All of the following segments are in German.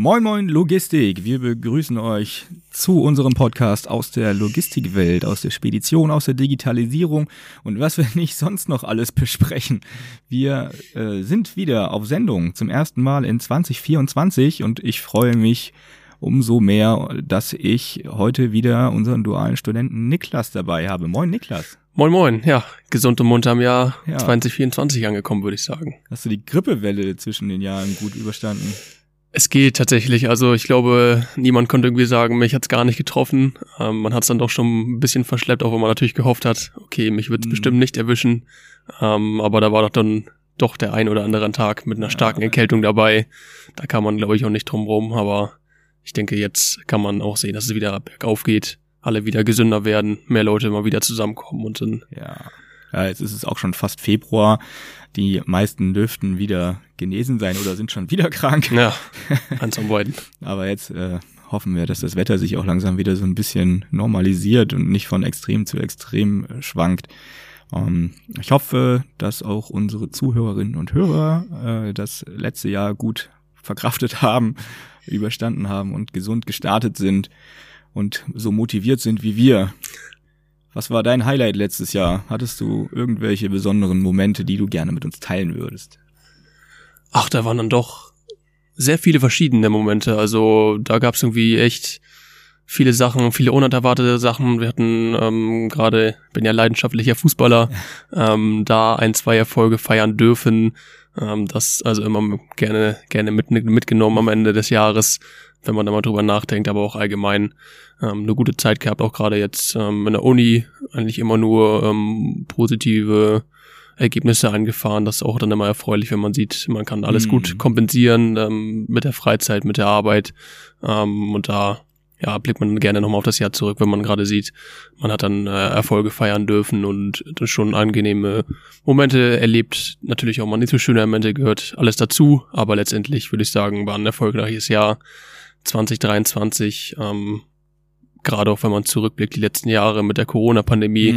Moin Moin Logistik, wir begrüßen euch zu unserem Podcast aus der Logistikwelt, aus der Spedition, aus der Digitalisierung und was wir nicht sonst noch alles besprechen. Wir sind wieder auf Sendung zum ersten Mal in 2024 und ich freue mich umso mehr, dass ich heute wieder unseren dualen Studenten Niklas dabei habe. Moin Niklas. Moin Moin, ja, gesund und munter im Jahr 2024 angekommen, würde ich sagen. Hast du die Grippewelle zwischen den Jahren gut überstanden? Es geht tatsächlich, also ich glaube, niemand konnte irgendwie sagen, mich hat's gar nicht getroffen. Man hat's dann doch schon ein bisschen verschleppt, auch wenn man natürlich gehofft hat, okay, mich wird's bestimmt nicht erwischen. Aber da war doch dann der ein oder andere Tag mit einer starken Erkältung dabei. Da kann man, glaube ich, auch nicht drum rum, aber ich denke, jetzt kann man auch sehen, dass es wieder bergauf geht, alle wieder gesünder werden, mehr Leute mal wieder zusammenkommen und dann... Ja, jetzt ist es auch schon fast Februar. Die meisten dürften wieder genesen sein oder sind schon wieder krank. Ja, eins von beiden. Aber jetzt hoffen wir, dass das Wetter sich auch langsam wieder so ein bisschen normalisiert und nicht von extrem zu extrem schwankt. Ich hoffe, dass auch unsere Zuhörerinnen und Hörer das letzte Jahr gut verkraftet haben, überstanden haben und gesund gestartet sind und so motiviert sind wie wir. Was war dein Highlight letztes Jahr? Hattest du irgendwelche besonderen Momente, die du gerne mit uns teilen würdest? Ach, da waren dann doch sehr viele verschiedene Momente. Also da gab es irgendwie echt viele Sachen, viele unerwartete Sachen. Wir hatten gerade, bin ja leidenschaftlicher Fußballer, da 1-2 Erfolge feiern dürfen. Das also immer gerne mitgenommen am Ende des Jahres, wenn man da mal drüber nachdenkt, aber auch allgemein eine gute Zeit gehabt, auch gerade jetzt in der Uni eigentlich immer nur positive Ergebnisse eingefahren. Das ist auch dann immer erfreulich, wenn man sieht, man kann alles gut kompensieren mit der Freizeit, mit der Arbeit und da blickt man gerne nochmal auf das Jahr zurück, wenn man gerade sieht, man hat dann Erfolge feiern dürfen und schon angenehme Momente erlebt. Natürlich auch mal nicht so schöne Momente, gehört alles dazu, aber letztendlich würde ich sagen, war ein erfolgreiches Jahr 2023, gerade auch wenn man zurückblickt, die letzten Jahre mit der Corona-Pandemie.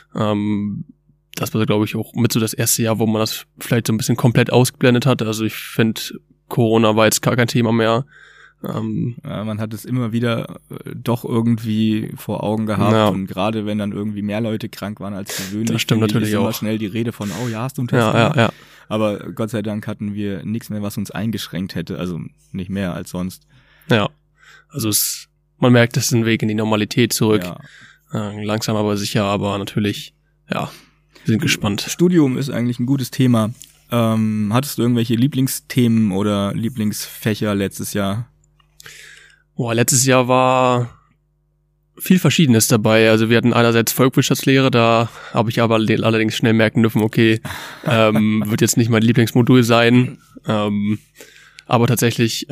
Das war, glaube ich, auch mit so das erste Jahr, wo man das vielleicht so ein bisschen komplett ausgeblendet hat. Also ich finde, Corona war jetzt gar kein Thema mehr. Man hat es immer wieder doch irgendwie vor Augen gehabt und gerade wenn dann irgendwie mehr Leute krank waren als gewöhnlich, das stimmt natürlich ist immer auch schnell die Rede von, hast du einen Test gemacht? Ja. Aber Gott sei Dank hatten wir nichts mehr, was uns eingeschränkt hätte, also nicht mehr als sonst. Ja, also man merkt, es ist ein Weg in die Normalität zurück, langsam aber sicher, aber natürlich, wir sind gespannt. Studium ist eigentlich ein gutes Thema. Hattest du irgendwelche Lieblingsthemen oder Lieblingsfächer letztes Jahr? Letztes Jahr war viel Verschiedenes dabei. Also wir hatten einerseits Volkswirtschaftslehre, da habe ich aber allerdings schnell merken dürfen, okay, wird jetzt nicht mein Lieblingsmodul sein. Aber tatsächlich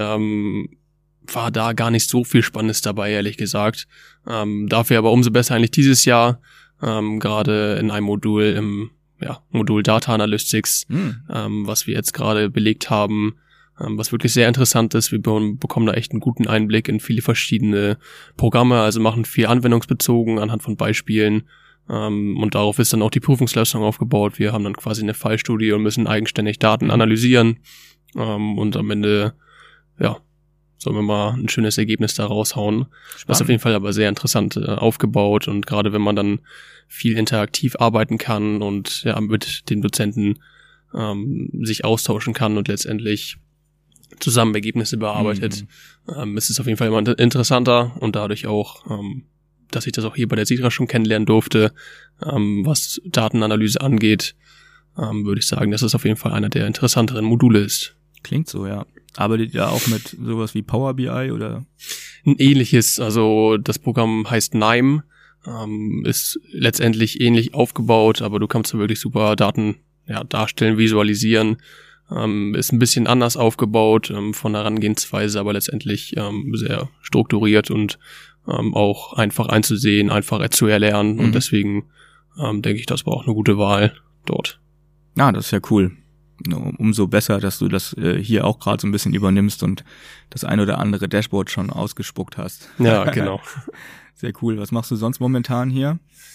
war da gar nicht so viel Spannendes dabei, ehrlich gesagt. Dafür aber umso besser eigentlich dieses Jahr, gerade in einem Modul im Modul Data Analytics, was wir jetzt gerade belegt haben, was wirklich sehr interessant ist. Wir bekommen da echt einen guten Einblick in viele verschiedene Programme, also machen viel anwendungsbezogen anhand von Beispielen und darauf ist dann auch die Prüfungsleistung aufgebaut. Wir haben dann quasi eine Fallstudie und müssen eigenständig Daten analysieren und am Ende, sollen wir mal ein schönes Ergebnis da raushauen. Spannend. Das ist auf jeden Fall aber sehr interessant aufgebaut und gerade wenn man dann viel interaktiv arbeiten kann und mit den Dozenten sich austauschen kann und letztendlich zusammen Ergebnisse bearbeitet, ist es auf jeden Fall immer interessanter und dadurch auch, dass ich das auch hier bei der SITRA schon kennenlernen durfte, was Datenanalyse angeht, würde ich sagen, dass es auf jeden Fall einer der interessanteren Module ist. Klingt so, ja. Arbeitet ihr auch mit sowas wie Power BI oder? Ein ähnliches, also das Programm heißt NIME, ist letztendlich ähnlich aufgebaut, aber du kannst da wirklich super Daten darstellen, visualisieren, ist ein bisschen anders aufgebaut von der Herangehensweise, aber letztendlich sehr strukturiert und auch einfach einzusehen, einfach zu erlernen und deswegen denke ich, das war auch eine gute Wahl dort. Das ist ja cool. Umso besser, dass du das hier auch gerade so ein bisschen übernimmst und das ein oder andere Dashboard schon ausgespuckt hast. Ja, genau. Sehr cool. Was machst du sonst momentan hier?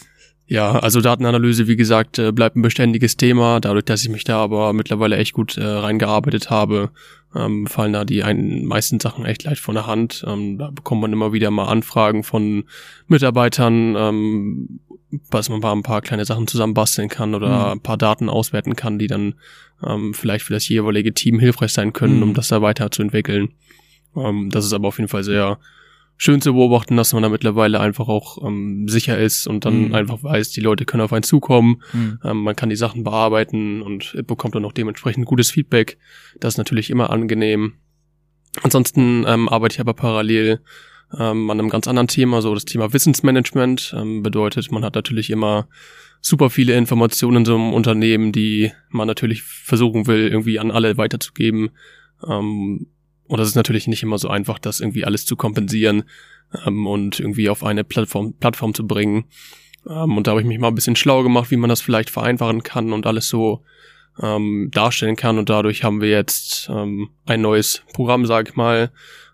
Ja, also Datenanalyse, wie gesagt, bleibt ein beständiges Thema. Dadurch, dass ich mich da aber mittlerweile echt gut reingearbeitet habe, fallen da die meisten Sachen echt leicht von der Hand. Da bekommt man immer wieder mal Anfragen von Mitarbeitern, dass man mal ein paar kleine Sachen zusammenbasteln kann oder ein paar Daten auswerten kann, die dann vielleicht für das jeweilige Team hilfreich sein können, um das da weiterzuentwickeln. Das ist aber auf jeden Fall sehr schön zu beobachten, dass man da mittlerweile einfach auch sicher ist und dann einfach weiß, die Leute können auf einen zukommen, man kann die Sachen bearbeiten und bekommt dann auch dementsprechend gutes Feedback. Das ist natürlich immer angenehm. Ansonsten arbeite ich aber parallel an einem ganz anderen Thema, so das Thema Wissensmanagement. Bedeutet, man hat natürlich immer super viele Informationen in so einem Unternehmen, die man natürlich versuchen will, irgendwie an alle weiterzugeben. Und das ist natürlich nicht immer so einfach, das irgendwie alles zu kompensieren und irgendwie auf eine Plattform zu bringen. Und da habe ich mich mal ein bisschen schlau gemacht, wie man das vielleicht vereinfachen kann und alles so darstellen kann. Und dadurch haben wir jetzt ein neues Programm, sag ich mal,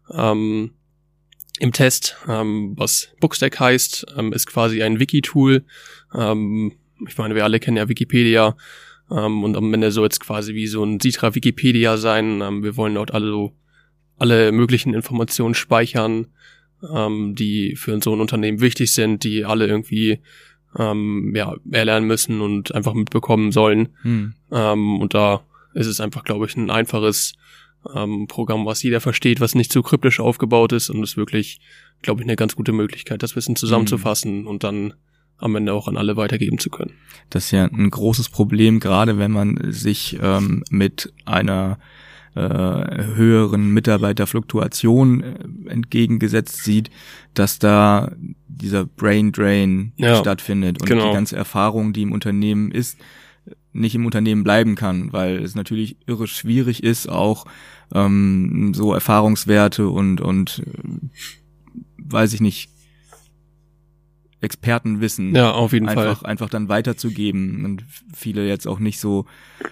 im Test, was Bookstack heißt, ist quasi ein Wiki-Tool. Ich meine, wir alle kennen ja Wikipedia. Und am Ende soll jetzt quasi wie so ein Sitra Wikipedia sein. Wir wollen dort alle möglichen Informationen speichern, die für so ein Unternehmen wichtig sind, die alle irgendwie erlernen müssen und einfach mitbekommen sollen. Und da ist es einfach, glaube ich, ein einfaches Programm, was jeder versteht, was nicht zu kryptisch aufgebaut ist und ist wirklich, glaube ich, eine ganz gute Möglichkeit, das Wissen zusammenzufassen und dann am Ende auch an alle weitergeben zu können. Das ist ja ein großes Problem, gerade wenn man sich mit einer höheren Mitarbeiterfluktuation entgegengesetzt sieht, dass da dieser Brain Drain stattfindet und die ganze Erfahrung, die im Unternehmen ist, nicht im Unternehmen bleiben kann, weil es natürlich irre schwierig ist, auch so Erfahrungswerte und weiß ich nicht, Expertenwissen auf jeden Fall einfach dann weiterzugeben und viele jetzt auch nicht so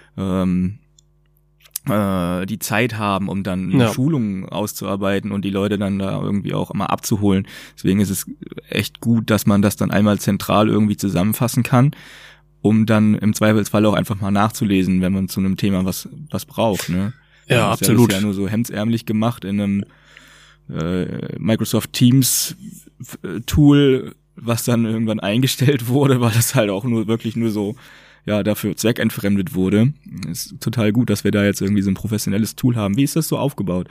die Zeit haben, um dann eine Schulung auszuarbeiten und die Leute dann da irgendwie auch immer abzuholen. Deswegen ist es echt gut, dass man das dann einmal zentral irgendwie zusammenfassen kann, um dann im Zweifelsfall auch einfach mal nachzulesen, wenn man zu einem Thema was braucht. Ne? Ja, absolut. Das ist ja nur so hemdsärmlich gemacht in einem Microsoft Teams Tool, was dann irgendwann eingestellt wurde, weil das halt auch wirklich nur so dafür zweckentfremdet wurde. Ist total gut, dass wir da jetzt irgendwie so ein professionelles Tool haben. Wie ist das so aufgebaut?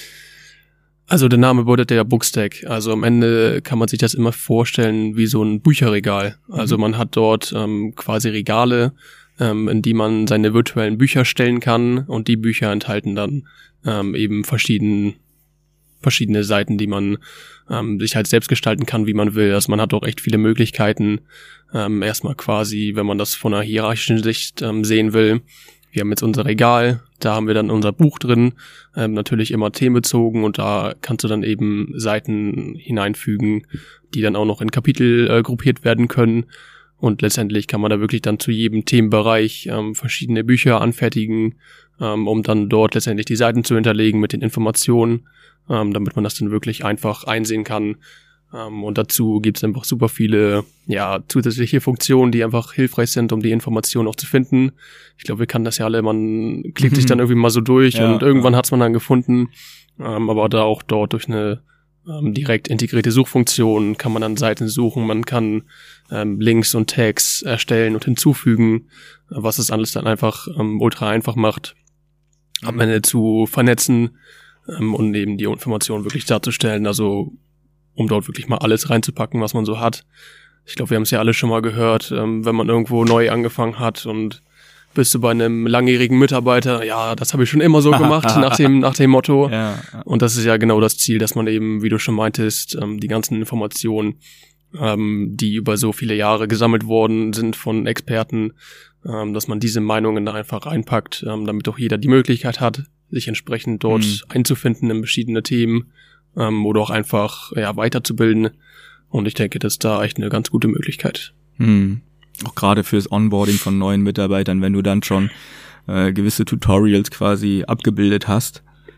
Also der Name bedeutet ja Bookstack. Also am Ende kann man sich das immer vorstellen wie so ein Bücherregal. Also man hat dort quasi Regale, in die man seine virtuellen Bücher stellen kann und die Bücher enthalten dann eben verschiedene Seiten, die man sich halt selbst gestalten kann, wie man will. Also man hat auch echt viele Möglichkeiten. Erstmal quasi, wenn man das von einer hierarchischen Sicht sehen will. Wir haben jetzt unser Regal, da haben wir dann unser Buch drin, natürlich immer themenbezogen und da kannst du dann eben Seiten hineinfügen, die dann auch noch in Kapitel gruppiert werden können. Und letztendlich kann man da wirklich dann zu jedem Themenbereich verschiedene Bücher anfertigen, um dann dort letztendlich die Seiten zu hinterlegen mit den Informationen, damit man das dann wirklich einfach einsehen kann. Und dazu gibt es einfach super viele zusätzliche Funktionen, die einfach hilfreich sind, um die Informationen auch zu finden. Ich glaube, wir kennen das ja alle, man klickt sich dann irgendwie mal so durch und irgendwann hat's man dann gefunden. Aber da auch dort durch eine direkt integrierte Suchfunktion kann man dann Seiten suchen, man kann Links und Tags erstellen und hinzufügen, was es alles dann einfach ultra einfach macht, am Ende zu vernetzen und eben die Informationen wirklich darzustellen, also um dort wirklich mal alles reinzupacken, was man so hat. Ich glaube, wir haben es ja alle schon mal gehört, wenn man irgendwo neu angefangen hat und bist du bei einem langjährigen Mitarbeiter, ja, das habe ich schon immer so gemacht, nach dem Motto. Ja. Und das ist ja genau das Ziel, dass man eben, wie du schon meintest, die ganzen Informationen, die über so viele Jahre gesammelt worden sind von Experten, dass man diese Meinungen da einfach reinpackt, damit auch jeder die Möglichkeit hat, sich entsprechend dort einzufinden in verschiedene Themen, oder auch einfach weiterzubilden. Und ich denke, das ist da echt eine ganz gute Möglichkeit. Auch gerade fürs Onboarding von neuen Mitarbeitern, wenn du dann schon gewisse Tutorials quasi abgebildet hast,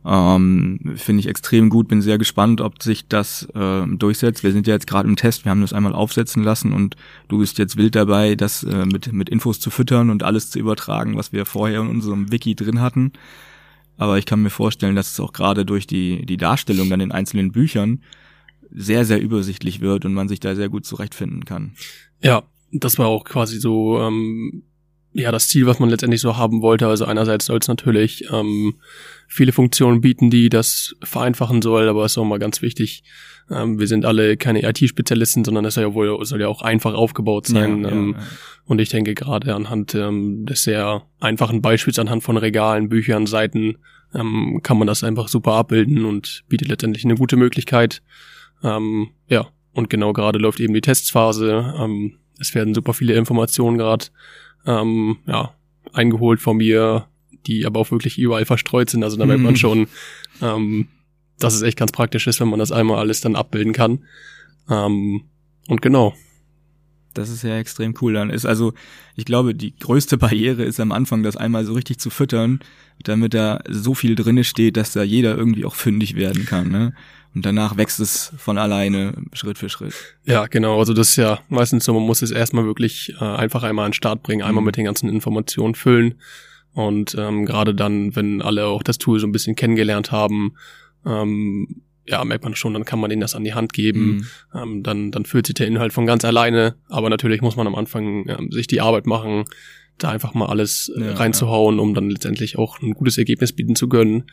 Finde ich extrem gut, bin sehr gespannt, ob sich das durchsetzt. Wir sind ja jetzt gerade im Test, wir haben das einmal aufsetzen lassen und du bist jetzt wild dabei, das mit Infos zu füttern und alles zu übertragen, was wir vorher in unserem Wiki drin hatten. Aber ich kann mir vorstellen, dass es auch gerade durch die Darstellung dann in einzelnen Büchern sehr, sehr übersichtlich wird und man sich da sehr gut zurechtfinden kann. Ja, das war auch quasi so das Ziel, was man letztendlich so haben wollte. Also einerseits soll es natürlich viele Funktionen bieten, die das vereinfachen soll, aber es ist auch mal ganz wichtig, wir sind alle keine IT-Spezialisten, sondern es soll ja auch einfach aufgebaut sein. Und ich denke gerade anhand des sehr einfachen Beispiels, anhand von Regalen, Büchern, Seiten, kann man das einfach super abbilden und bietet letztendlich eine gute Möglichkeit. Und genau gerade läuft eben die Testphase. Es werden super viele Informationen gerade eingeholt von mir, die aber auch wirklich überall verstreut sind. Also da merkt man schon, dass es echt ganz praktisch ist, wenn man das einmal alles dann abbilden kann. Und genau. Das ist ja extrem cool. Dann ist also, ich glaube, die größte Barriere ist am Anfang, das einmal so richtig zu füttern, damit da so viel drinne steht, dass da jeder irgendwie auch fündig werden kann, ne? Und danach wächst es von alleine Schritt für Schritt. Ja, genau. Also das ist ja meistens so, man muss es erstmal wirklich einfach einmal an den Start bringen, einmal mit den ganzen Informationen füllen. Und gerade dann, wenn alle auch das Tool so ein bisschen kennengelernt haben, merkt man schon, dann kann man denen das an die Hand geben. Dann füllt sich der Inhalt von ganz alleine. Aber natürlich muss man am Anfang sich die Arbeit machen, da einfach mal alles reinzuhauen, um dann letztendlich auch ein gutes Ergebnis bieten zu können.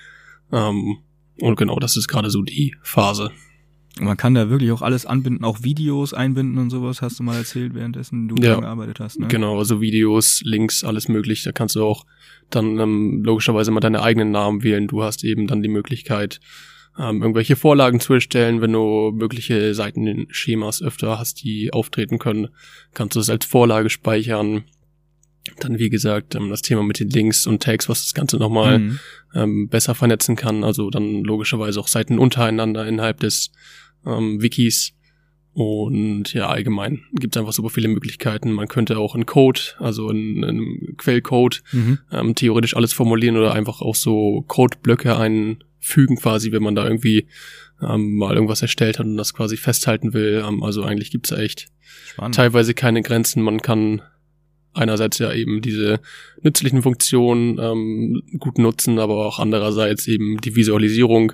Und genau, das ist gerade so die Phase. Man kann da wirklich auch alles anbinden, auch Videos einbinden und sowas, hast du mal erzählt, währenddessen du daran gearbeitet hast, ne? Genau, also Videos, Links, alles möglich. Da kannst du auch dann logischerweise mal deine eigenen Namen wählen. Du hast eben dann die Möglichkeit, irgendwelche Vorlagen zu erstellen. Wenn du mögliche Seitenschemas öfter hast, die auftreten können, kannst du es als Vorlage speichern. Dann, wie gesagt, das Thema mit den Links und Tags, was das Ganze nochmal besser vernetzen kann. Also dann logischerweise auch Seiten untereinander innerhalb des Wikis. Und ja, allgemein gibt es einfach super viele Möglichkeiten. Man könnte auch einen Code, also einen Quellcode, theoretisch alles formulieren oder einfach auch so Codeblöcke einfügen quasi, wenn man da irgendwie mal irgendwas erstellt hat und das quasi festhalten will. Also eigentlich gibt's da echt teilweise keine Grenzen. Man kann einerseits ja eben diese nützlichen Funktionen gut nutzen, aber auch andererseits eben die Visualisierung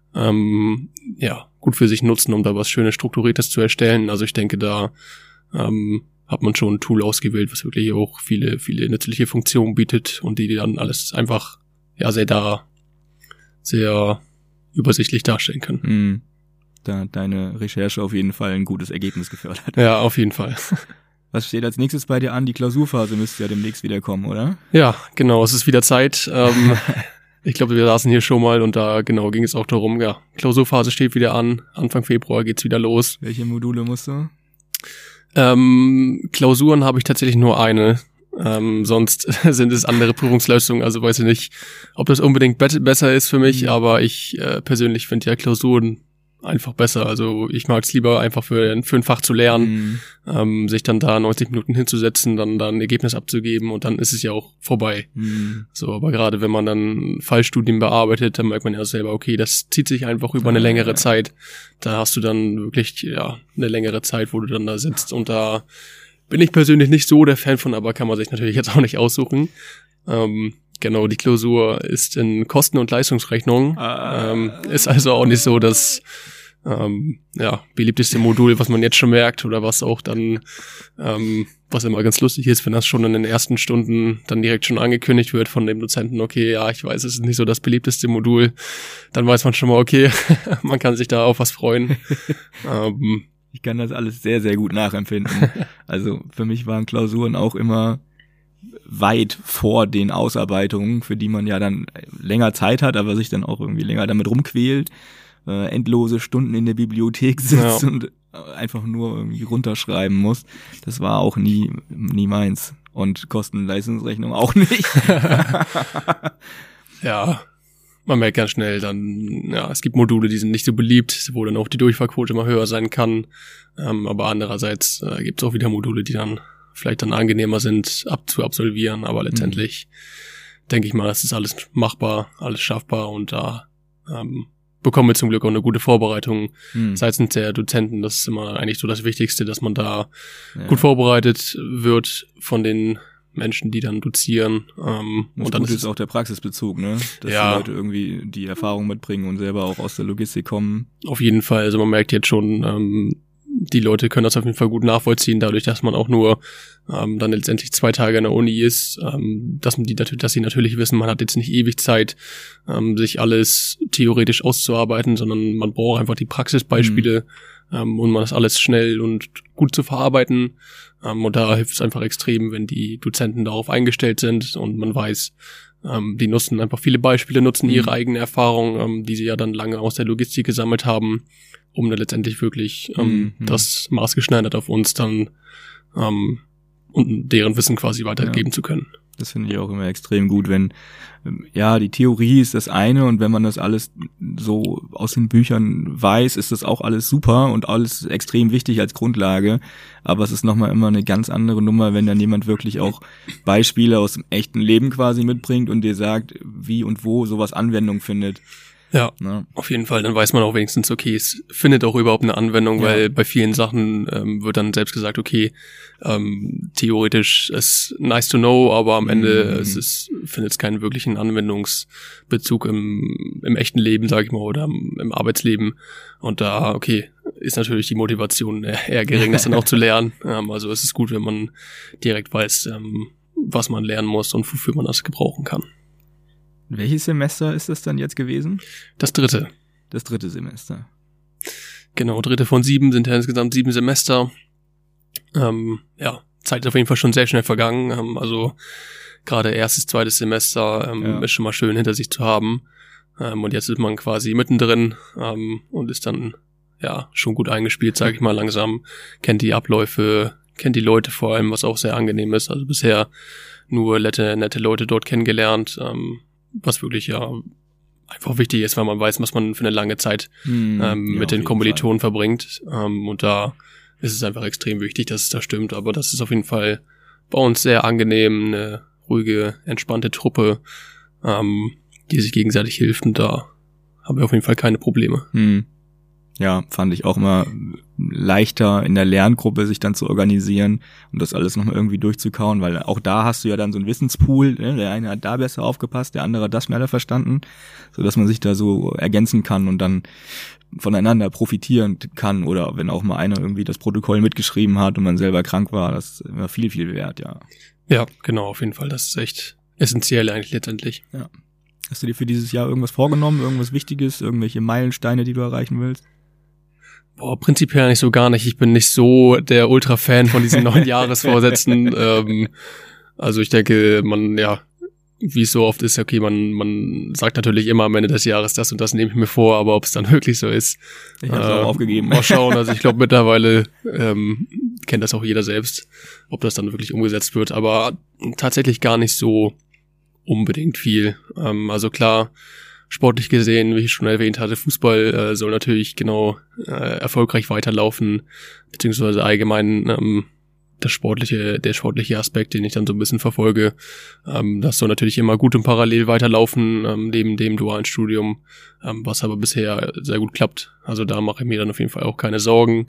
gut für sich nutzen, um da was Schönes, Strukturiertes zu erstellen. Also ich denke, da hat man schon ein Tool ausgewählt, was wirklich auch viele, viele nützliche Funktionen bietet und die dann alles einfach sehr übersichtlich darstellen können. Da hat deine Recherche auf jeden Fall ein gutes Ergebnis gefördert. Ja, auf jeden Fall. Was steht als nächstes bei dir an? Die Klausurphase müsste ja demnächst wieder kommen, oder? Ja, genau, es ist wieder Zeit. Ich glaube, wir saßen hier schon mal und da genau ging es auch darum, Klausurphase steht wieder an, Anfang Februar geht's wieder los. Welche Module musst du? Klausuren habe ich tatsächlich nur eine. Sonst sind es andere Prüfungsleistungen, also weiß ich nicht, ob das unbedingt besser ist für mich, aber ich persönlich finde ja Klausuren einfach besser. Also ich mag es lieber einfach für ein Fach zu lernen, sich dann da 90 Minuten hinzusetzen, dann ein Ergebnis abzugeben und dann ist es ja auch vorbei. So, aber gerade wenn man dann Fallstudien bearbeitet, dann merkt man ja selber, okay, das zieht sich einfach über eine längere Zeit. Da hast du dann wirklich eine längere Zeit, wo du dann da sitzt und da bin ich persönlich nicht so der Fan von, aber kann man sich natürlich jetzt auch nicht aussuchen. Genau, die Klausur ist in Kosten- und Leistungsrechnung. Ist also auch nicht so das beliebteste Modul, was man jetzt schon merkt oder was auch dann, was immer ganz lustig ist, wenn das schon in den ersten Stunden dann direkt schon angekündigt wird von dem Dozenten, okay, ja, ich weiß, es ist nicht so das beliebteste Modul, dann weiß man schon mal, okay, man kann sich da auf was freuen. Ich kann das alles sehr, sehr gut nachempfinden. Also für mich waren Klausuren auch immer weit vor den Ausarbeitungen, für die man ja dann länger Zeit hat, aber sich dann auch irgendwie länger damit rumquält, endlose Stunden in der Bibliothek sitzt und einfach nur irgendwie runterschreiben muss. Das war auch nie meins. Und Kosten- und Leistungsrechnung auch nicht. Ja, man merkt ganz schnell dann, es gibt Module, die sind nicht so beliebt, wo dann auch die Durchfallquote immer höher sein kann. Aber andererseits gibt es auch wieder Module, die dann vielleicht dann angenehmer sind zu absolvieren, aber letztendlich denke ich mal, das ist alles machbar, alles schaffbar und da bekommen wir zum Glück auch eine gute Vorbereitung seitens der Dozenten. Das ist immer eigentlich so das Wichtigste, dass man da gut vorbereitet wird von den Menschen, die dann dozieren. Und dann ist auch der Praxisbezug, ne? Dass die Leute irgendwie die Erfahrung mitbringen und selber auch aus der Logistik kommen. Auf jeden Fall. Also man merkt jetzt schon, die Leute können das auf jeden Fall gut nachvollziehen, dadurch, dass man auch nur dann letztendlich 2 Tage in der Uni ist, dass sie natürlich wissen, man hat jetzt nicht ewig Zeit, sich alles theoretisch auszuarbeiten, sondern man braucht einfach die Praxisbeispiele, und man das alles schnell und gut zu verarbeiten. Und da hilft es einfach extrem, wenn die Dozenten darauf eingestellt sind und man weiß, die nutzen einfach viele Beispiele, nutzen ihre eigene Erfahrung, die sie ja dann lange aus der Logistik gesammelt haben, um dann letztendlich wirklich das maßgeschneidert auf uns dann und deren Wissen quasi weitergeben zu können. Das finde ich auch immer extrem gut, wenn, die Theorie ist das eine und wenn man das alles so aus den Büchern weiß, ist das auch alles super und alles extrem wichtig als Grundlage, aber es ist nochmal immer eine ganz andere Nummer, wenn dann jemand wirklich auch Beispiele aus dem echten Leben quasi mitbringt und dir sagt, wie und wo sowas Anwendung findet. Ja, auf jeden Fall. Dann weiß man auch wenigstens, okay, es findet auch überhaupt eine Anwendung, weil bei vielen Sachen wird dann selbst gesagt, okay, theoretisch ist nice to know, aber am Ende findet es keinen wirklichen Anwendungsbezug im echten Leben, sag ich mal, oder im Arbeitsleben. Und da, okay, ist natürlich die Motivation eher gering, das dann auch zu lernen. Also es ist gut, wenn man direkt weiß, was man lernen muss und wofür man das gebrauchen kann. Welches Semester ist das dann jetzt gewesen? Das 3. Das 3. Semester. Genau, 3. von 7 sind ja insgesamt 7 Semester. Zeit ist auf jeden Fall schon sehr schnell vergangen. Also gerade 1., 2. Semester ist schon mal schön hinter sich zu haben. Und jetzt ist man quasi mittendrin und ist dann schon gut eingespielt, sage ich mal, langsam. Kennt die Abläufe, kennt die Leute vor allem, was auch sehr angenehm ist. Also bisher nur nette Leute dort kennengelernt, was wirklich einfach wichtig ist, weil man weiß, was man für eine lange Zeit mit den Kommilitonen verbringt. Und da ist es einfach extrem wichtig, dass es da stimmt. Aber das ist auf jeden Fall bei uns sehr angenehm, eine ruhige, entspannte Truppe, die sich gegenseitig hilft. Und da haben wir auf jeden Fall keine Probleme. Ja, fand ich auch immer leichter in der Lerngruppe sich dann zu organisieren und das alles nochmal irgendwie durchzukauen, weil auch da hast du ja dann so einen Wissenspool, ne? Der eine hat da besser aufgepasst, der andere hat das schneller verstanden, sodass man sich da so ergänzen kann und dann voneinander profitieren kann oder wenn auch mal einer irgendwie das Protokoll mitgeschrieben hat und man selber krank war, das ist immer viel, viel wert, ja. Ja, genau, auf jeden Fall, das ist echt essentiell eigentlich letztendlich. Ja. Hast du dir für dieses Jahr irgendwas vorgenommen, irgendwas Wichtiges, irgendwelche Meilensteine, die du erreichen willst? Prinzipiell nicht so gar nicht. Ich bin nicht so der Ultra-Fan von diesen 9 Jahresvorsätzen. Also ich denke, wie es so oft ist, okay, man sagt natürlich immer am Ende des Jahres das und das nehme ich mir vor, aber ob es dann wirklich so ist. Ich habe es auch aufgegeben. Mal schauen. Also ich glaube mittlerweile kennt das auch jeder selbst, ob das dann wirklich umgesetzt wird, aber tatsächlich gar nicht so unbedingt viel. Also klar, sportlich gesehen, wie ich schon erwähnt hatte, Fußball soll natürlich erfolgreich weiterlaufen, beziehungsweise allgemein der sportliche Aspekt, den ich dann so ein bisschen verfolge, das soll natürlich immer gut und parallel weiterlaufen, neben dem dualen Studium, was aber bisher sehr gut klappt. Also da mache ich mir dann auf jeden Fall auch keine Sorgen.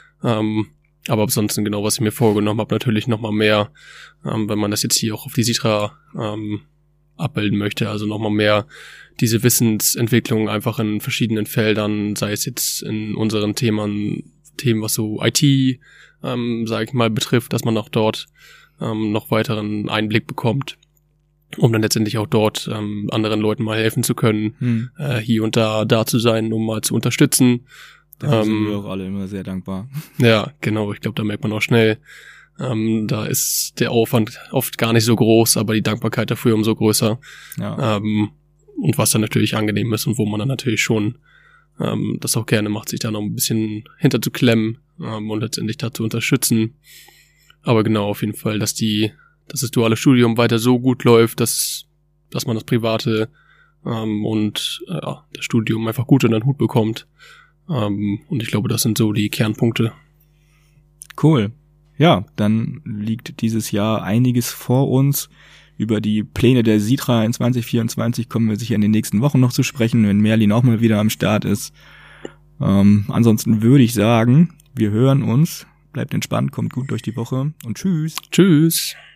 Aber ansonsten genau, was ich mir vorgenommen habe, natürlich nochmal mehr, wenn man das jetzt hier auch auf die Sitra abbilden möchte, also nochmal mehr diese Wissensentwicklung einfach in verschiedenen Feldern, sei es jetzt in unseren Themen, was so IT, sage ich mal, betrifft, dass man auch dort noch weiteren Einblick bekommt, um dann letztendlich auch dort anderen Leuten mal helfen zu können, hier und da zu sein, um mal zu unterstützen. Da sind wir auch alle immer sehr dankbar. Ja, genau, ich glaube, da merkt man auch schnell, da ist der Aufwand oft gar nicht so groß, aber die Dankbarkeit dafür umso größer. Ja. Und was dann natürlich angenehm ist und wo man dann natürlich schon das auch gerne macht, sich da noch ein bisschen hinter zu klemmen und letztendlich da zu unterstützen. Aber genau, auf jeden Fall, dass das duale Studium weiter so gut läuft, dass man das Private und das Studium einfach gut unter den Hut bekommt. Und ich glaube, das sind so die Kernpunkte. Cool. Ja, dann liegt dieses Jahr einiges vor uns. Über die Pläne der Sitra in 2024 kommen wir sicher in den nächsten Wochen noch zu sprechen, wenn Merlin auch mal wieder am Start ist. Ansonsten würde ich sagen, wir hören uns. Bleibt entspannt, kommt gut durch die Woche und tschüss. Tschüss.